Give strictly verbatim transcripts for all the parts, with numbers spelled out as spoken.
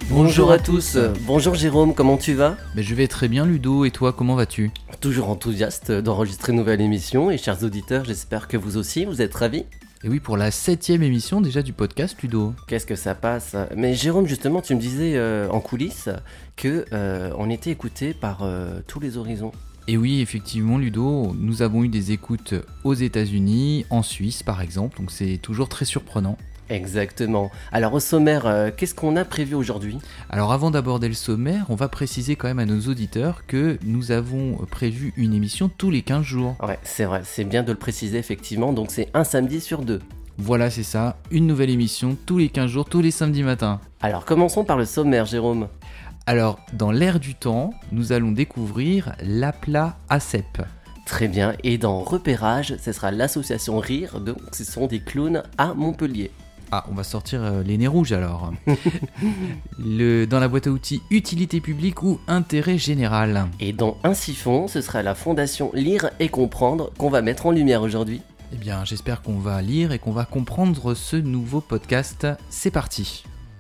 Bonjour à tous, bonjour Jérôme, comment tu vas ? Mais je vais très bien Ludo, et toi comment vas-tu ? Toujours enthousiaste d'enregistrer une nouvelle émission et chers auditeurs, j'espère que vous aussi, vous êtes ravis ? Et oui, pour la septième émission déjà du podcast Ludo. Qu'est-ce que ça passe ? Mais Jérôme, justement, tu me disais euh, en coulisses que euh, on était écouté par euh, tous les horizons. Et oui, effectivement Ludo, nous avons eu des écoutes aux États-Unis, en Suisse par exemple, donc c'est toujours très surprenant. Exactement. Alors au sommaire, euh, qu'est-ce qu'on a prévu aujourd'hui ? Alors avant d'aborder le sommaire, on va préciser quand même à nos auditeurs que nous avons prévu une émission tous les quinze jours. Ouais, c'est vrai, c'est bien de le préciser effectivement, donc c'est un samedi sur deux. Voilà, c'est ça, une nouvelle émission tous les quinze jours, tous les samedis matins. Alors commençons par le sommaire, Jérôme. Alors, dans l'air du temps, nous allons découvrir l'Aplat A C E P. Très bien, et dans Repérage, ce sera l'association Rire, donc ce sont des clowns à Montpellier. Ah, on va sortir euh, les nez rouges alors. le, dans la boîte à outils utilité publique ou intérêt général. Et dans Un siphon, ce sera la fondation Lire et Comprendre qu'on va mettre en lumière aujourd'hui. Eh bien, j'espère qu'on va lire et qu'on va comprendre ce nouveau podcast. C'est parti.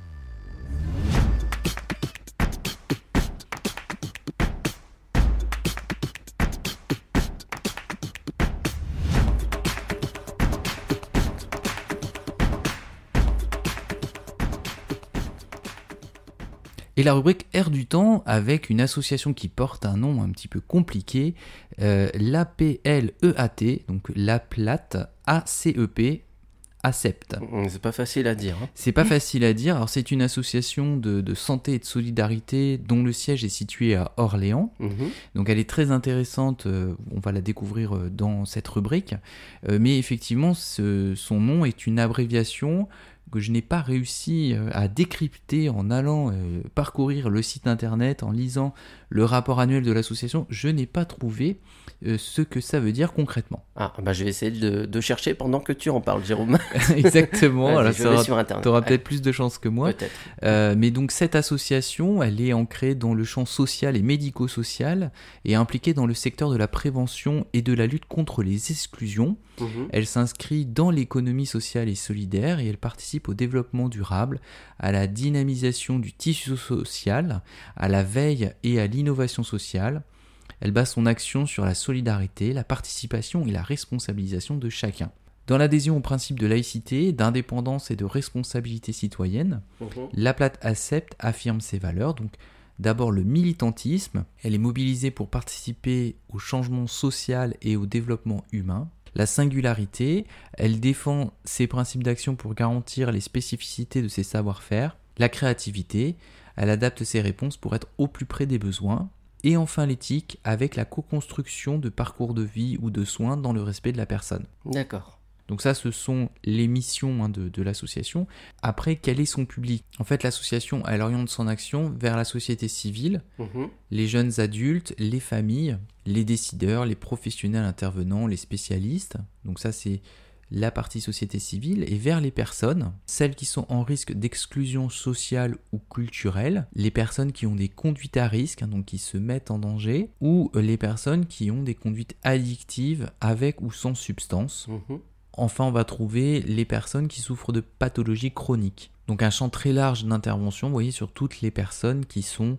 Et la rubrique Air du temps avec une association qui porte un nom un petit peu compliqué, euh, l'A P L E A T, donc l'Aplat A C E P, A C E P T. C'est pas facile à dire. Hein. C'est pas facile à dire. Alors c'est une association de, de santé et de solidarité dont le siège est situé à Orléans. Mmh. Donc elle est très intéressante, euh, on va la découvrir dans cette rubrique. Euh, mais effectivement, ce, son nom est une abréviation que je n'ai pas réussi à décrypter en allant euh, parcourir le site internet, en lisant le rapport annuel de l'association. Je n'ai pas trouvé euh, ce que ça veut dire concrètement. Ah, bah je vais essayer de, de chercher pendant que tu en parles, Jérôme. Exactement, alors je ça vais aura, sur internet. t'auras Ouais. peut-être plus de chance que moi. Peut-être. Euh, mais donc cette association, elle est ancrée dans le champ social et médico-social et impliquée dans le secteur de la prévention et de la lutte contre les exclusions. Mmh. Elle s'inscrit dans l'économie sociale et solidaire et elle participe au développement durable, à la dynamisation du tissu social, à la veille et à l'innovation sociale. Elle base son action sur la solidarité, la participation et la responsabilisation de chacun. Dans l'adhésion au principe de laïcité, d'indépendance et de responsabilité citoyenne, Mmh. l'Aplat A C E P T affirme ses valeurs, donc d'abord le militantisme, elle est mobilisée pour participer au changement social et au développement humain. La singularité, elle défend ses principes d'action pour garantir les spécificités de ses savoir-faire. La créativité, elle adapte ses réponses pour être au plus près des besoins. Et enfin l'éthique, avec la co-construction de parcours de vie ou de soins dans le respect de la personne. D'accord. Donc ça, ce sont les missions hein, de, de l'association. Après, quel est son public ? En fait, l'association, elle oriente son action vers la société civile, Mmh. les jeunes adultes, les familles, les décideurs, les professionnels intervenants, les spécialistes. Donc ça, c'est la partie société civile. Et vers les personnes, celles qui sont en risque d'exclusion sociale ou culturelle, les personnes qui ont des conduites à risque, hein, donc qui se mettent en danger, ou les personnes qui ont des conduites addictives avec ou sans substance. Mmh. Enfin, on va trouver les personnes qui souffrent de pathologies chroniques. Donc un champ très large d'intervention, vous voyez, sur toutes les personnes qui sont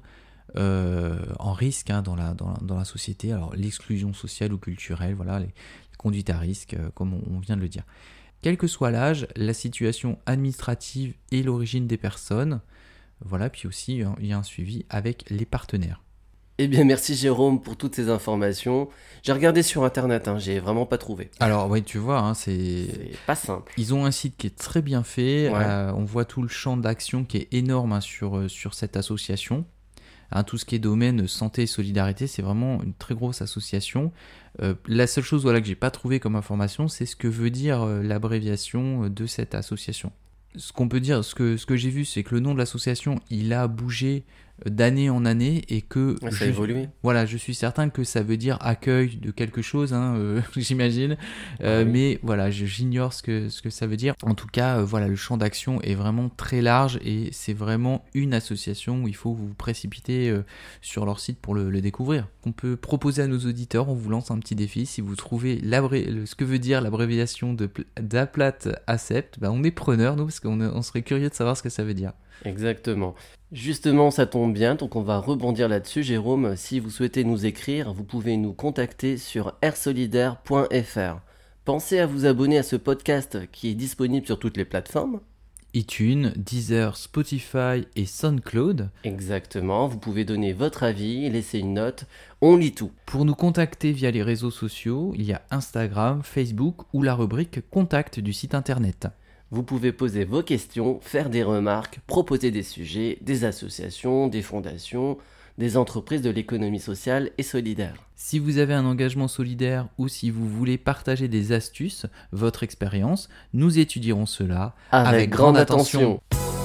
euh, en risque hein, dans, la, dans, la, dans la société. Alors l'exclusion sociale ou culturelle, voilà, les, les conduites à risque, euh, comme on, on vient de le dire. Quel que soit l'âge, la situation administrative et l'origine des personnes, voilà, puis aussi hein, il y a un suivi avec les partenaires. Eh bien, merci Jérôme pour toutes ces informations. J'ai regardé sur internet, hein, j'ai vraiment pas trouvé. Alors, oui, tu vois, hein, c'est... C'est pas simple. Ils ont un site qui est très bien fait. Ouais. Euh, on voit tout le champ d'action qui est énorme hein, sur, sur cette association. Hein, tout ce qui est domaine santé et solidarité, c'est vraiment une très grosse association. Euh, la seule chose voilà, que j'ai pas trouvé comme information, c'est ce que veut dire euh, l'abréviation de cette association. Ce qu'on peut dire, ce que, ce que j'ai vu, c'est que le nom de l'association, il a bougé d'année en année et que Ouais, ça je, a évolué. voilà, je suis certain que ça veut dire accueil de quelque chose, hein, euh, j'imagine, euh, Ah oui. mais voilà, je, j'ignore ce que, ce que ça veut dire. En tout cas, euh, voilà, le champ d'action est vraiment très large et c'est vraiment une association où il faut vous précipiter euh, sur leur site pour le, le découvrir. On peut proposer à nos auditeurs, on vous lance un petit défi, si vous trouvez l'abré- ce que veut dire l'abréviation de, d'Aplat A C E P T, bah on est preneur nous parce qu'on on serait curieux de savoir ce que ça veut dire. Exactement. Justement, ça tombe bien, donc on va rebondir là-dessus, Jérôme. Si vous souhaitez nous écrire, vous pouvez nous contacter sur airsolidaire point f r. Pensez à vous abonner à ce podcast qui est disponible sur toutes les plateformes. iTunes, Deezer, Spotify et SoundCloud. Exactement, vous pouvez donner votre avis, laisser une note, on lit tout. Pour nous contacter via les réseaux sociaux, il y a Instagram, Facebook ou la rubrique Contact du site internet. Vous pouvez poser vos questions, faire des remarques, proposer des sujets, des associations, des fondations, des entreprises de l'économie sociale et solidaire. Si vous avez un engagement solidaire ou si vous voulez partager des astuces, votre expérience, nous étudierons cela avec, avec grande, grande attention. attention.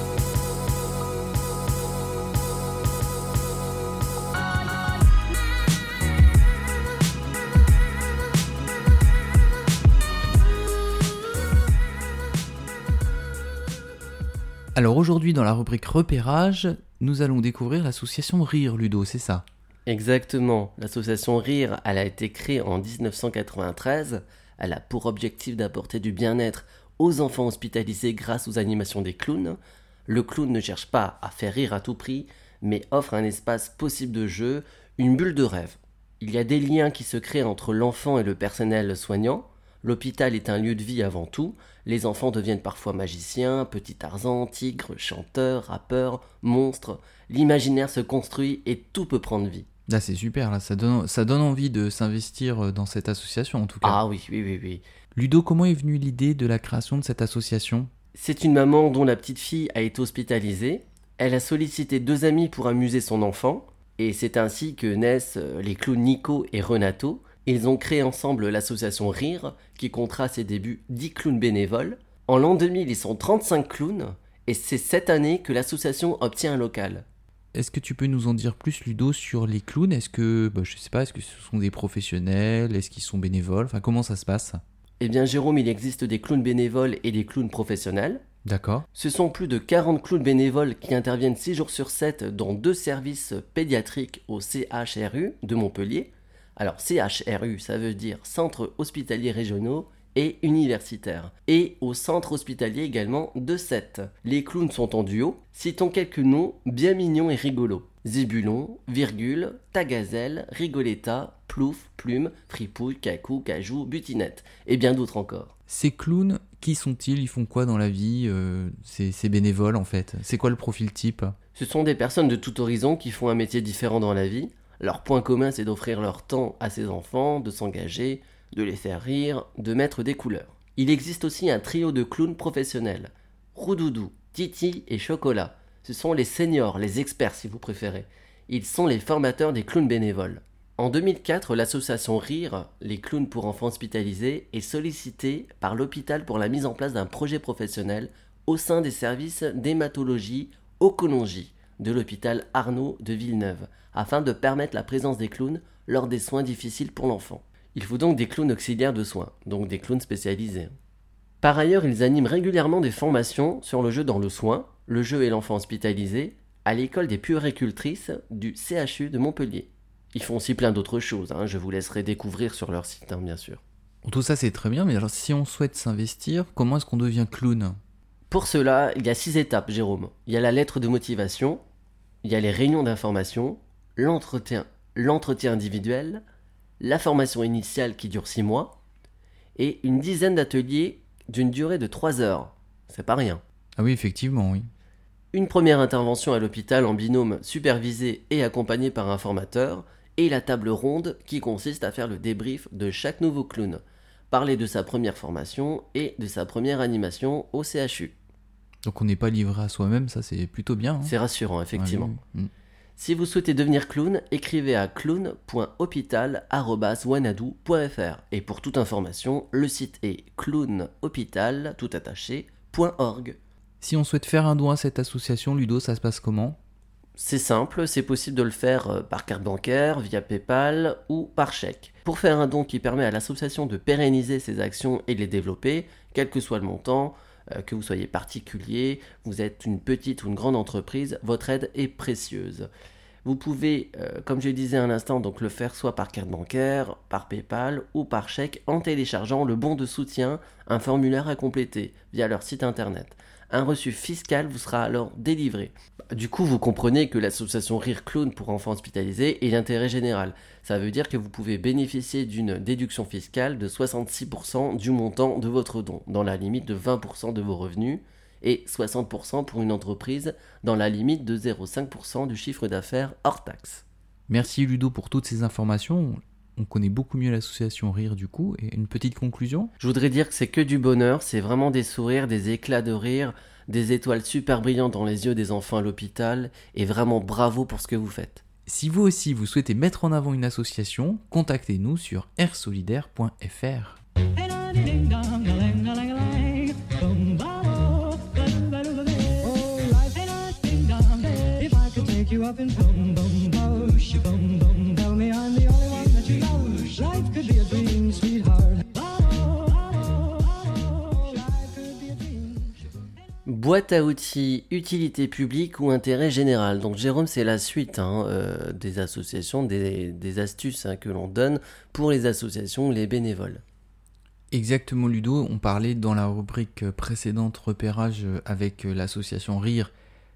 Alors aujourd'hui dans la rubrique repérage, nous allons découvrir l'association Rire, Ludo, c'est ça ? Exactement, l'association Rire, elle a été créée en dix-neuf cent quatre-vingt-treize, elle a pour objectif d'apporter du bien-être aux enfants hospitalisés grâce aux animations des clowns. Le clown ne cherche pas à faire rire à tout prix, mais offre un espace possible de jeu, une bulle de rêve. Il y a des liens qui se créent entre l'enfant et le personnel soignant. L'hôpital est un lieu de vie avant tout. Les enfants deviennent parfois magiciens, petits Tarzan, tigres, chanteurs, rappeurs, monstres. L'imaginaire se construit et tout peut prendre vie. Là, c'est super, là, ça donne, ça donne envie de s'investir dans cette association en tout cas. Ah oui, oui, oui, oui. Ludo, comment est venue l'idée de la création de cette association ? C'est une maman dont la petite fille a été hospitalisée. Elle a sollicité deux amis pour amuser son enfant. Et c'est ainsi que naissent les clowns Nico et Renato. Ils ont créé ensemble l'association Rire, qui comptera à ses débuts dix clowns bénévoles. En l'an deux mille, ils sont trente-cinq clowns, et c'est cette année que l'association obtient un local. Est-ce que tu peux nous en dire plus, Ludo, sur les clowns ? Est-ce que, bah, je sais pas, est-ce que ce sont des professionnels ? Est-ce qu'ils sont bénévoles ? Enfin, comment ça se passe ? Eh bien, Jérôme, il existe des clowns bénévoles et des clowns professionnels. D'accord. Ce sont plus de quarante clowns bénévoles qui interviennent six jours sur sept dans deux services pédiatriques au C H R U de Montpellier. Alors C H R U, ça veut dire Centres Hospitaliers Régionaux et Universitaires. Et au centre hospitalier également de Sète. Les clowns sont en duo. Citons quelques noms bien mignons et rigolos. Zébulon, Virgule, Tagazel, Rigoletta, Plouf, Plume, Fripouille, Cacou, Cajou, Butinette. Et bien d'autres encore. Ces clowns, qui sont-ils ? Ils font quoi dans la vie ? euh, ces, ces bénévoles en fait ? C'est quoi le profil type ? Ce sont des personnes de tout horizon qui font un métier différent dans la vie. Leur point commun, c'est d'offrir leur temps à ses enfants, de s'engager, de les faire rire, de mettre des couleurs. Il existe aussi un trio de clowns professionnels. Roudoudou, Titi et Chocolat. Ce sont les seniors, les experts si vous préférez. Ils sont les formateurs des clowns bénévoles. En deux mille quatre, l'association Rire, les clowns pour enfants hospitalisés, est sollicitée par l'hôpital pour la mise en place d'un projet professionnel au sein des services d'hématologie, oncologie de l'hôpital Arnaud de Villeneuve, afin de permettre la présence des clowns lors des soins difficiles pour l'enfant. Il faut donc des clowns auxiliaires de soins, donc des clowns spécialisés. Par ailleurs, ils animent régulièrement des formations sur le jeu dans le soin, le jeu et l'enfant hospitalisé, à l'école des puéricultrices du C H U de Montpellier. Ils font aussi plein d'autres choses, hein, je vous laisserai découvrir sur leur site, hein, bien sûr. Tout ça c'est très bien, mais alors si on souhaite s'investir, comment est-ce qu'on devient clown ? Pour cela, il y a six étapes, Jérôme. Il y a la lettre de motivation, il y a les réunions d'information, l'entretien, l'entretien individuel, la formation initiale qui dure six mois, et une dizaine d'ateliers d'une durée de trois heures. C'est pas rien. Ah oui, effectivement, oui. Une première intervention à l'hôpital en binôme supervisée et accompagnée par un formateur, et la table ronde qui consiste à faire le débrief de chaque nouveau clown, parler de sa première formation et de sa première animation au C H U. Donc on n'est pas livré à soi-même, ça c'est plutôt bien. Hein. C'est rassurant, effectivement. Ouais, oui, oui. Si vous souhaitez devenir clown, écrivez à clown point hôpital arobase wanadoo point f r. Et pour toute information, le site est clownhôpital, tout attaché, point org. Si on souhaite faire un don à cette association, Ludo, ça se passe comment ? C'est simple, c'est possible de le faire par carte bancaire, via PayPal ou par chèque. Pour faire un don qui permet à l'association de pérenniser ses actions et de les développer, quel que soit le montant, euh, que vous soyez particulier, vous êtes une petite ou une grande entreprise, votre aide est précieuse. Vous pouvez, euh, comme je le disais à l'instant, donc le faire soit par carte bancaire, par PayPal ou par chèque en téléchargeant le bon de soutien, un formulaire à compléter via leur site internet. Un reçu fiscal vous sera alors délivré. Du coup, vous comprenez que l'association Rire Clown pour enfants hospitalisés est l'intérêt général. Ça veut dire que vous pouvez bénéficier d'une déduction fiscale de soixante-six pour cent du montant de votre don, dans la limite de vingt pour cent de vos revenus, et soixante pour cent pour une entreprise, dans la limite de zéro virgule cinq pour cent du chiffre d'affaires hors taxe. Merci Ludo pour toutes ces informations. On connaît beaucoup mieux l'association Rire du coup. Et une petite conclusion ? Je voudrais dire que c'est que du bonheur, c'est vraiment des sourires, des éclats de rire, des étoiles super brillantes dans les yeux des enfants à l'hôpital, et vraiment bravo pour ce que vous faites. Si vous aussi vous souhaitez mettre en avant une association, contactez-nous sur air solidaire point f r. Boîte à outils, utilité publique ou intérêt général. Donc Jérôme, c'est la suite hein, euh, des associations, des, des astuces hein, que l'on donne pour les associations, les bénévoles. Exactement Ludo, on parlait dans la rubrique précédente repérage avec l'association Rire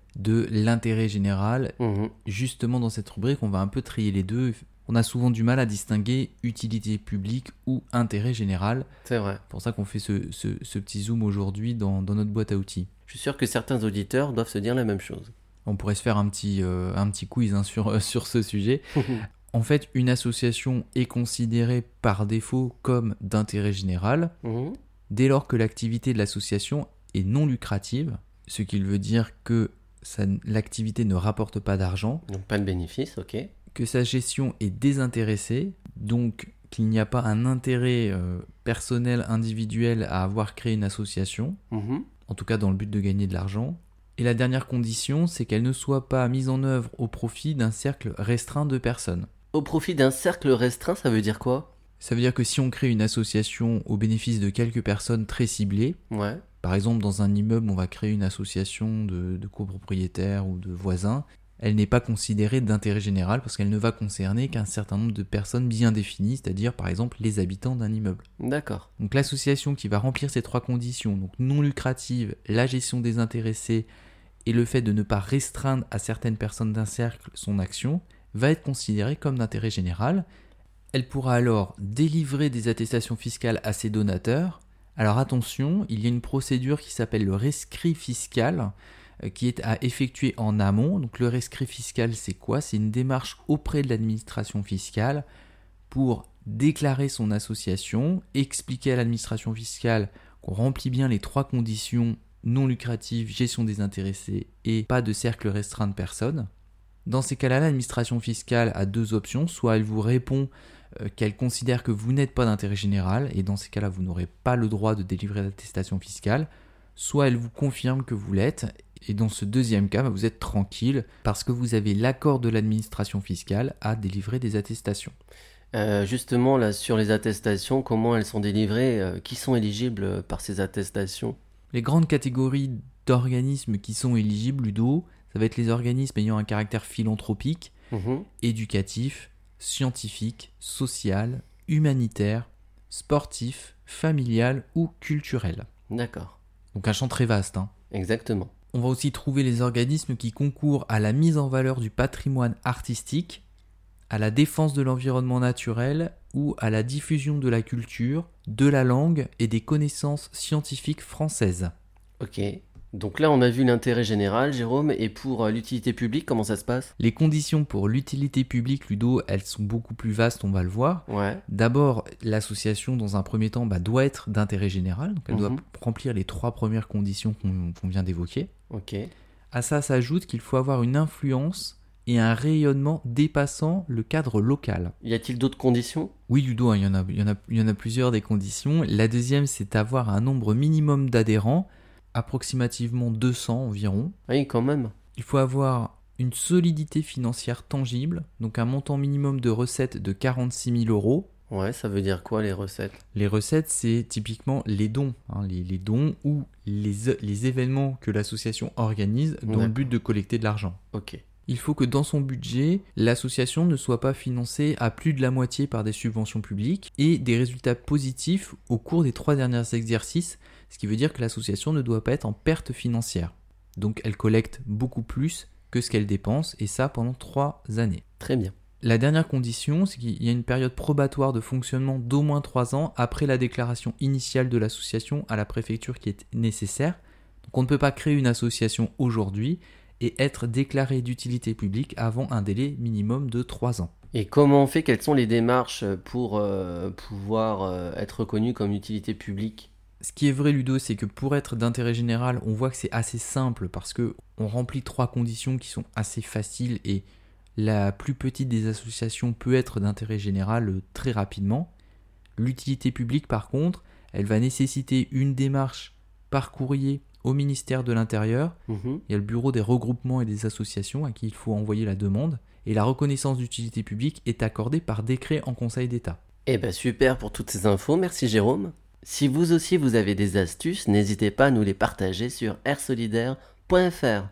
de l'intérêt général. Mmh. Justement dans cette rubrique, on va un peu trier les deux. On a souvent du mal à distinguer utilité publique ou intérêt général. C'est vrai. C'est pour ça qu'on fait ce, ce, ce petit zoom aujourd'hui dans, dans notre boîte à outils. Je suis sûr que certains auditeurs doivent se dire la même chose. On pourrait se faire un petit, euh, un petit quiz hein, sur, euh, sur ce sujet. En fait, une association est considérée par défaut comme d'intérêt général Mmh. dès lors que l'activité de l'association est non lucrative, ce qui veut dire que ça, l'activité ne rapporte pas d'argent, Donc pas de bénéfice, ok. que sa gestion est désintéressée, donc qu'il n'y a pas un intérêt euh, personnel, individuel à avoir créé une association, Mmh. en tout cas dans le but de gagner de l'argent. Et la dernière condition, c'est qu'elle ne soit pas mise en œuvre au profit d'un cercle restreint de personnes. Au profit d'un cercle restreint, ça veut dire quoi ? Ça veut dire que si on crée une association au bénéfice de quelques personnes très ciblées, Ouais. par exemple dans un immeuble on va créer une association de, de copropriétaires ou de voisins, elle n'est pas considérée d'intérêt général parce qu'elle ne va concerner qu'un certain nombre de personnes bien définies, c'est-à-dire par exemple les habitants d'un immeuble. D'accord. Donc l'association qui va remplir ces trois conditions, donc non lucrative, la gestion désintéressée et le fait de ne pas restreindre à certaines personnes d'un cercle son action, va être considérée comme d'intérêt général. Elle pourra alors délivrer des attestations fiscales à ses donateurs. Alors attention, il y a une procédure qui s'appelle le rescrit fiscal euh, qui est à effectuer en amont. Donc le rescrit fiscal, c'est quoi ? C'est une démarche auprès de l'administration fiscale pour déclarer son association, expliquer à l'administration fiscale qu'on remplit bien les trois conditions non lucratives, gestion désintéressée et pas de cercle restreint de personnes. Dans ces cas-là, l'administration fiscale a deux options. Soit elle vous répond euh, qu'elle considère que vous n'êtes pas d'intérêt général, et dans ces cas-là, vous n'aurez pas le droit de délivrer l'attestation fiscale. Soit elle vous confirme que vous l'êtes, et dans ce deuxième cas, vous êtes tranquille, parce que vous avez l'accord de l'administration fiscale à délivrer des attestations. Euh, justement, là, sur les attestations, comment elles sont délivrées euh, Qui sont éligibles par ces attestations ? Les grandes catégories d'organismes qui sont éligibles, Ludo, ça va être les organismes ayant un caractère philanthropique, Mmh. éducatif, scientifique, social, humanitaire, sportif, familial ou culturel. D'accord. Donc un champ très vaste. Hein. Exactement. On va aussi trouver les organismes qui concourent à la mise en valeur du patrimoine artistique, à la défense de l'environnement naturel ou à la diffusion de la culture, de la langue et des connaissances scientifiques françaises. Ok. Donc là, on a vu l'intérêt général, Jérôme, et pour euh, l'utilité publique, comment ça se passe ? Les conditions pour l'utilité publique, Ludo, elles sont beaucoup plus vastes, on va le voir. Ouais. D'abord, l'association, dans un premier temps, bah, doit être d'intérêt général, donc elle Mhm. doit remplir les trois premières conditions qu'on, qu'on vient d'évoquer. Ok. À ça s'ajoute qu'il faut avoir une influence et un rayonnement dépassant le cadre local. Y a-t-il d'autres conditions ? Oui, Ludo, hein, il y en a, il y en a, il y en a plusieurs des conditions. La deuxième, c'est d'avoir un nombre minimum d'adhérents, approximativement deux cents environ. Oui, quand même. Il faut avoir une solidité financière tangible, donc un montant minimum de recettes de quarante-six mille euros. Ouais, ça veut dire quoi les recettes ? Les recettes, c'est typiquement les dons, hein, les, les dons ou les, les événements que l'association organise dans le D'accord. but de collecter de l'argent. Ok. Il faut que dans son budget, l'association ne soit pas financée à plus de la moitié par des subventions publiques et des résultats positifs au cours des trois derniers exercices, ce qui veut dire que l'association ne doit pas être en perte financière. Donc elle collecte beaucoup plus que ce qu'elle dépense, et ça pendant trois années. Très bien. La dernière condition, c'est qu'il y a une période probatoire de fonctionnement d'au moins trois ans après la déclaration initiale de l'association à la préfecture qui est nécessaire. Donc on ne peut pas créer une association aujourd'hui et être déclaré d'utilité publique avant un délai minimum de trois ans. Et comment on fait? Quelles sont les démarches pour euh, pouvoir euh, être reconnu comme utilité publique? Ce qui est vrai, Ludo, c'est que pour être d'intérêt général, on voit que c'est assez simple parce que on remplit trois conditions qui sont assez faciles et la plus petite des associations peut être d'intérêt général très rapidement. L'utilité publique, par contre, elle va nécessiter une démarche par courrier au ministère de l'Intérieur. Mmh. Il y a le bureau des regroupements et des associations à qui il faut envoyer la demande. Et la reconnaissance d'utilité publique est accordée par décret en Conseil d'État. Eh ben super pour toutes ces infos, merci Jérôme. Si vous aussi vous avez des astuces, n'hésitez pas à nous les partager sur air solidaire point f r.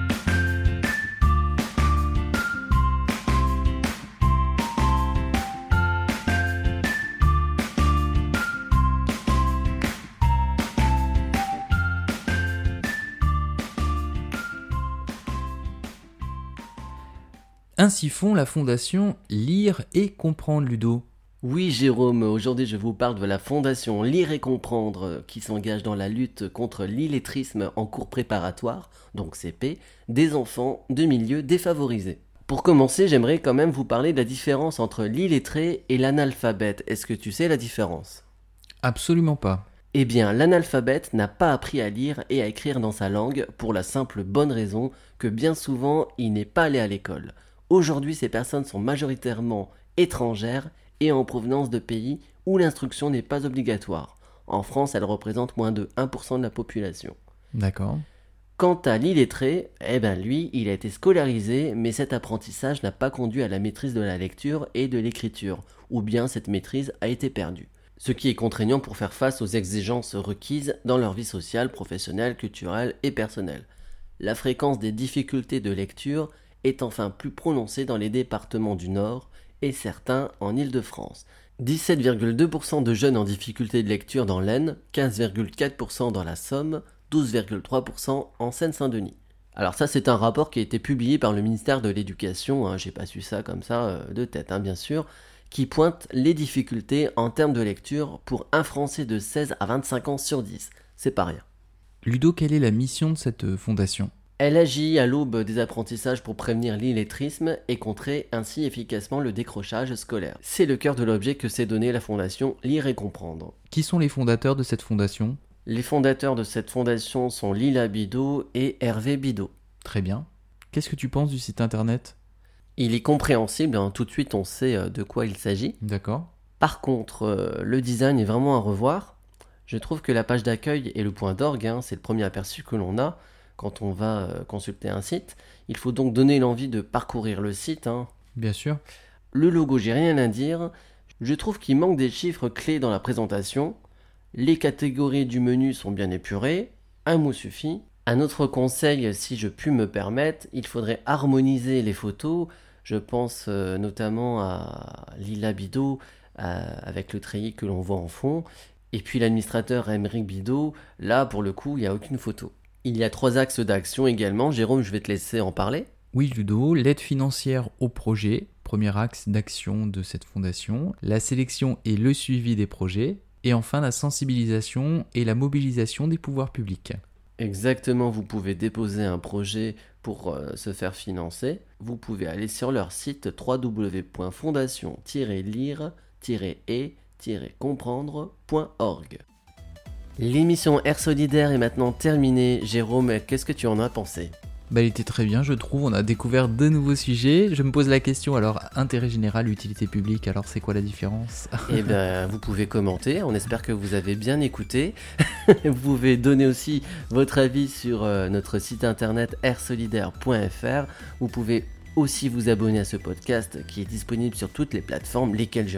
Ainsi font la fondation Lire et Comprendre, Ludo. Oui Jérôme, aujourd'hui je vous parle de la fondation Lire et Comprendre qui s'engage dans la lutte contre l'illettrisme en cours préparatoire, donc C P, des enfants de milieux défavorisés. Pour commencer, j'aimerais quand même vous parler de la différence entre l'illettré et l'analphabète. Est-ce que tu sais la différence? Absolument pas. Eh bien, l'analphabète n'a pas appris à lire et à écrire dans sa langue pour la simple bonne raison que bien souvent il n'est pas allé à l'école. Aujourd'hui, ces personnes sont majoritairement étrangères et en provenance de pays où l'instruction n'est pas obligatoire. En France, elle représente moins de un pour cent de la population. D'accord. Quant à l'illettré, eh ben lui, il a été scolarisé, mais cet apprentissage n'a pas conduit à la maîtrise de la lecture et de l'écriture, ou bien cette maîtrise a été perdue. Ce qui est contraignant pour faire face aux exigences requises dans leur vie sociale, professionnelle, culturelle et personnelle. La fréquence des difficultés de lecture est enfin plus prononcée dans les départements du Nord et certains en Île-de-France. dix-sept virgule deux pour cent de jeunes en difficulté de lecture dans l'Aisne, quinze virgule quatre pour cent dans la Somme, douze virgule trois pour cent en Seine-Saint-Denis. Alors ça, c'est un rapport qui a été publié par le ministère de l'Éducation, hein, j'ai pas su ça comme ça euh, de tête, hein, bien sûr, qui pointe les difficultés en termes de lecture pour un Français de seize à vingt-cinq ans sur dix. C'est pas rien. Ludo, quelle est la mission de cette fondation ? Elle agit à l'aube des apprentissages pour prévenir l'illettrisme et contrer ainsi efficacement le décrochage scolaire. C'est le cœur de l'objet que s'est donné la fondation Lire et Comprendre. Qui sont les fondateurs de cette fondation ? Les fondateurs de cette fondation sont Lila Bidot et Hervé Bidot. Très bien. Qu'est-ce que tu penses du site internet ? Il est compréhensible, hein, tout de suite on sait de quoi il s'agit. D'accord. Par contre, euh, le design est vraiment à revoir. Je trouve que la page d'accueil et le point d'orgue, hein, c'est le premier aperçu que l'on a quand on va euh, consulter un site. Il faut donc donner l'envie de parcourir le site. Hein. Bien sûr. Le logo, j'ai rien à dire. Je trouve qu'il manque des chiffres clés dans la présentation. Les catégories du menu sont bien épurées. Un mot suffit. Un autre conseil, si je puis me permettre, il faudrait harmoniser les photos. Je pense euh, notamment à Lila Bidot, euh, avec le treillis que l'on voit en fond. Et puis l'administrateur Aymeric Bidot, là pour le coup, il n'y a aucune photo. Il y a trois axes d'action également. Jérôme, je vais te laisser en parler. Oui, Ludo, l'aide financière au projet, premier axe d'action de cette fondation, la sélection et le suivi des projets, et enfin la sensibilisation et la mobilisation des pouvoirs publics. Exactement, vous pouvez déposer un projet pour euh, se faire financer. Vous pouvez aller sur leur site w w w point fondation tiret lire tiret et tiret comprendre point org. L'émission Air Solidaire est maintenant terminée. Jérôme, qu'est-ce que tu en as pensé ? Bah, il était très bien, je trouve. On a découvert de nouveaux sujets. Je me pose la question, alors, intérêt général, utilité publique, alors c'est quoi la différence ? Eh bien, vous pouvez commenter. On espère que vous avez bien écouté. Vous pouvez donner aussi votre avis sur euh, notre site internet air solidaire point f r. Vous pouvez aussi vous abonner à ce podcast qui est disponible sur toutes les plateformes. Lesquelles, Jérôme ?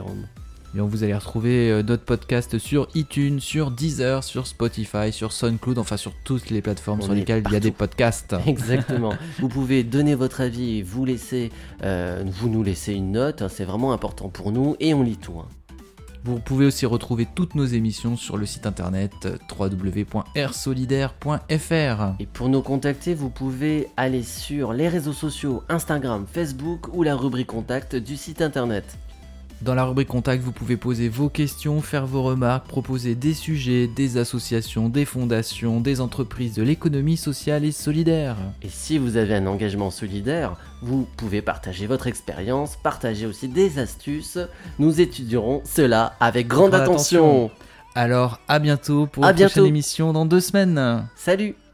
Et vous allez retrouver notre podcast sur iTunes, sur Deezer, sur Spotify, sur SoundCloud, enfin sur toutes les plateformes On sur est lesquelles il y a des podcasts. Exactement. Vous pouvez donner votre avis et vous, laisser, euh, vous nous laisser une note. C'est vraiment important pour nous et on lit tout. Hein. Vous pouvez aussi retrouver toutes nos émissions sur le site internet w w w point air solidaire point f r. Et pour nous contacter, vous pouvez aller sur les réseaux sociaux Instagram, Facebook ou la rubrique contact du site internet. Dans la rubrique contact, vous pouvez poser vos questions, faire vos remarques, proposer des sujets, des associations, des fondations, des entreprises de l'économie sociale et solidaire. Et si vous avez un engagement solidaire, vous pouvez partager votre expérience, partager aussi des astuces. Nous étudierons cela avec grande Grande attention. attention. Alors, à bientôt pour À une prochaine bientôt. émission dans deux semaines. Salut!